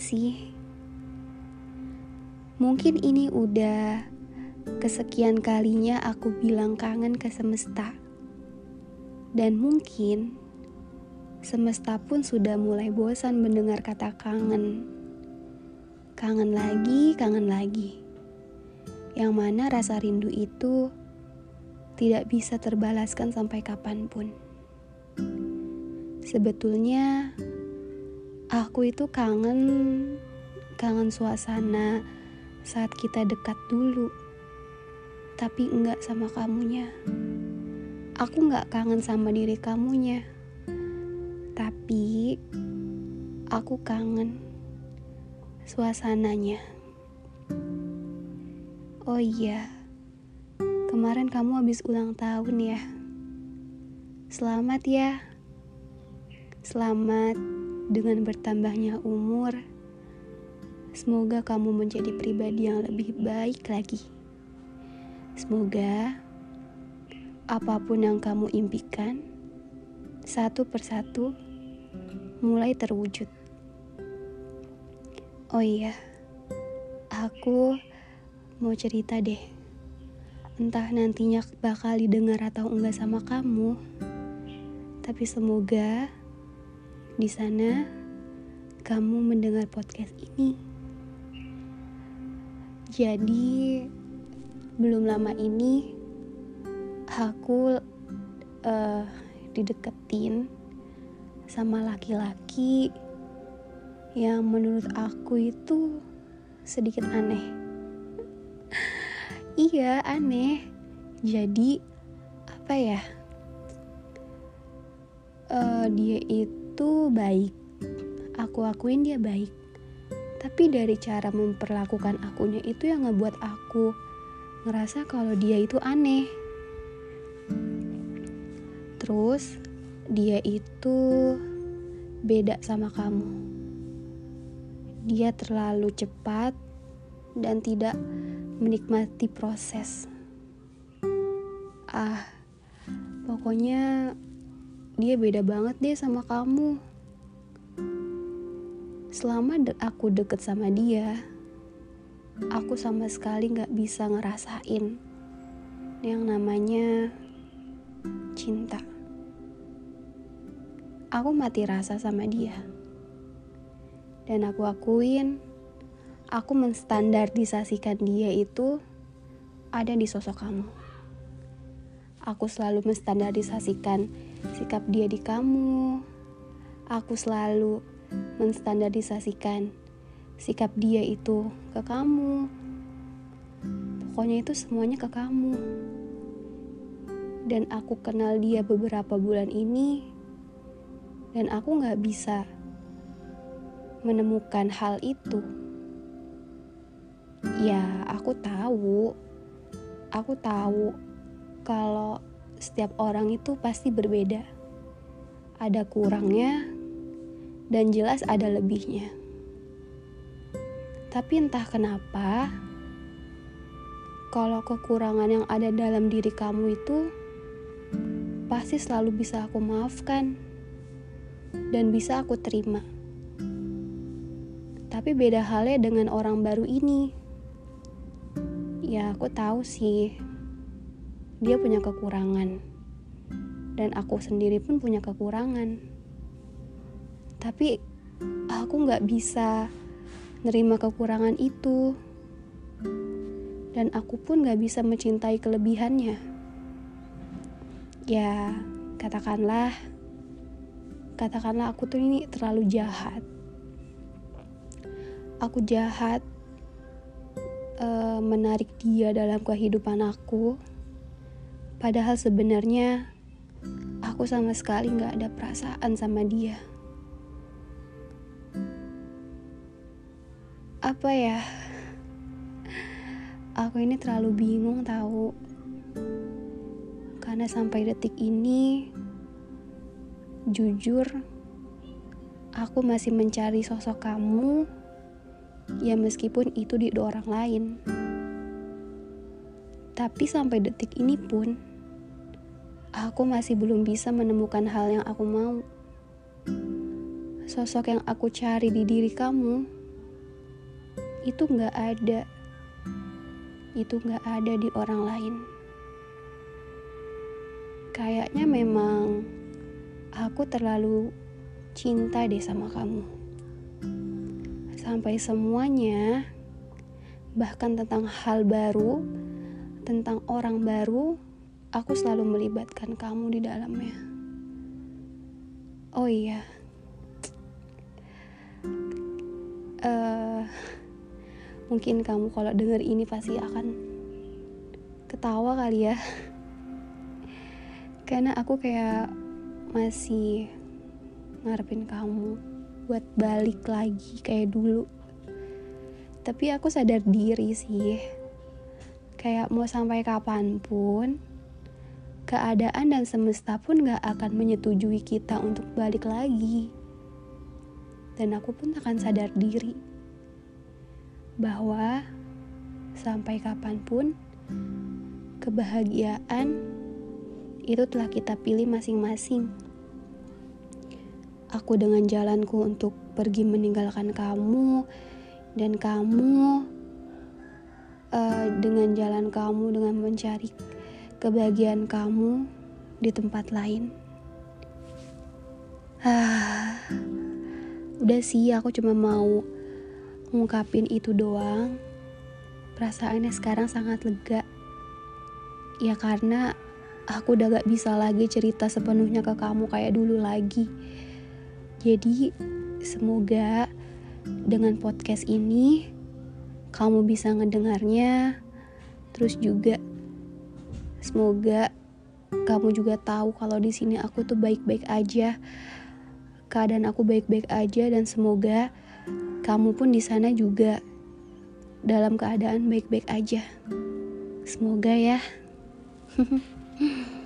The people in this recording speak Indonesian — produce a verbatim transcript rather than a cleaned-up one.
sih. Mungkin ini udah kesekian kalinya aku bilang kangen ke semesta. Dan mungkin semesta pun sudah mulai bosan mendengar kata kangen. Kangen lagi, kangen lagi. Yang mana rasa rindu itu tidak bisa terbalaskan sampai kapanpun. Sebetulnya aku itu kangen, kangen suasana saat kita dekat dulu. Tapi enggak sama kamunya. Aku enggak kangen sama diri kamunya. Tapi aku kangen suasananya. Oh iya, kemarin kamu habis ulang tahun ya. Selamat ya. Selamat dengan bertambahnya umur. Semoga kamu menjadi pribadi yang lebih baik lagi. Semoga apapun yang kamu impikan, satu persatu mulai terwujud. Oh iya, aku mau cerita deh. Entah nantinya bakal didengar atau enggak sama kamu, tapi semoga di sana kamu mendengar podcast ini. Jadi belum lama ini aku uh, dideketin sama laki-laki yang menurut aku itu sedikit aneh. Iya, aneh. Jadi apa ya? Uh, dia itu baik. Aku akuin dia baik. Tapi dari cara memperlakukan akunya itu yang ngebuat aku ngerasa kalau dia itu aneh. Terus dia itu beda sama kamu. Dia terlalu cepat dan tidak menikmati proses. Ah, pokoknya dia beda banget deh sama kamu. Selama de- aku deket sama dia, aku sama sekali gak bisa ngerasain yang namanya cinta. Aku mati rasa sama dia. Dan aku akuin, aku menstandardisasikan dia itu ada di sosok kamu. Aku selalu menstandardisasikan sikap dia di kamu. Aku selalu menstandardisasikan sikap dia itu ke kamu. Pokoknya itu semuanya ke kamu. Dan aku kenal dia beberapa bulan ini, dan aku gak bisa menemukan hal itu. Ya, aku tahu. Aku tahu kalau setiap orang itu pasti berbeda. Ada kurangnya, dan jelas ada lebihnya. Tapi entah kenapa, kalau kekurangan yang ada dalam diri kamu itu pasti selalu bisa aku maafkan dan bisa aku terima. Tapi beda halnya dengan orang baru ini. Ya, aku tahu sih dia punya kekurangan, dan aku sendiri pun punya kekurangan. Tapi aku gak bisa nerima kekurangan itu, dan aku pun gak bisa mencintai kelebihannya. Ya, katakanlah Katakanlah aku tuh ini terlalu jahat. Aku jahat uh, menarik dia dalam kehidupan aku. Padahal sebenarnya aku sama sekali gak ada perasaan sama dia. Apa ya? Aku ini terlalu bingung tahu. Karena sampai detik ini, jujur, aku masih mencari sosok kamu. Ya meskipun itu di orang lain. Tapi sampai detik ini pun, aku masih belum bisa menemukan hal yang aku mau. Sosok yang aku cari di diri kamu itu gak ada. Itu gak ada di orang lain. Kayaknya memang aku terlalu cinta deh sama kamu. Sampai semuanya, bahkan tentang hal baru, tentang orang baru, aku selalu melibatkan kamu di dalamnya. Oh iya, uh, mungkin kamu kalau denger ini pasti akan ketawa kali ya. Karena aku kayak masih ngarepin kamu buat balik lagi kayak dulu. Tapi aku sadar diri sih, kayak mau sampai kapanpun, keadaan dan semesta pun gak akan menyetujui kita untuk balik lagi. Dan aku pun akan sadar diri bahwa sampai kapanpun, kebahagiaan itu telah kita pilih masing-masing. Aku dengan jalanku untuk pergi meninggalkan kamu, dan kamu uh, dengan jalan kamu dengan mencari kebahagiaan kamu di tempat lain. Ah, udah sih, aku cuma mau ngungkapin itu doang. Perasaannya sekarang sangat lega. Ya karena aku udah gak bisa lagi cerita sepenuhnya ke kamu kayak dulu lagi. Jadi semoga dengan podcast ini kamu bisa ngedengarnya. Terus juga semoga kamu juga tahu kalau di sini aku tuh baik-baik aja. Keadaan aku baik-baik aja, dan semoga kamu pun di sana juga dalam keadaan baik-baik aja. Semoga ya.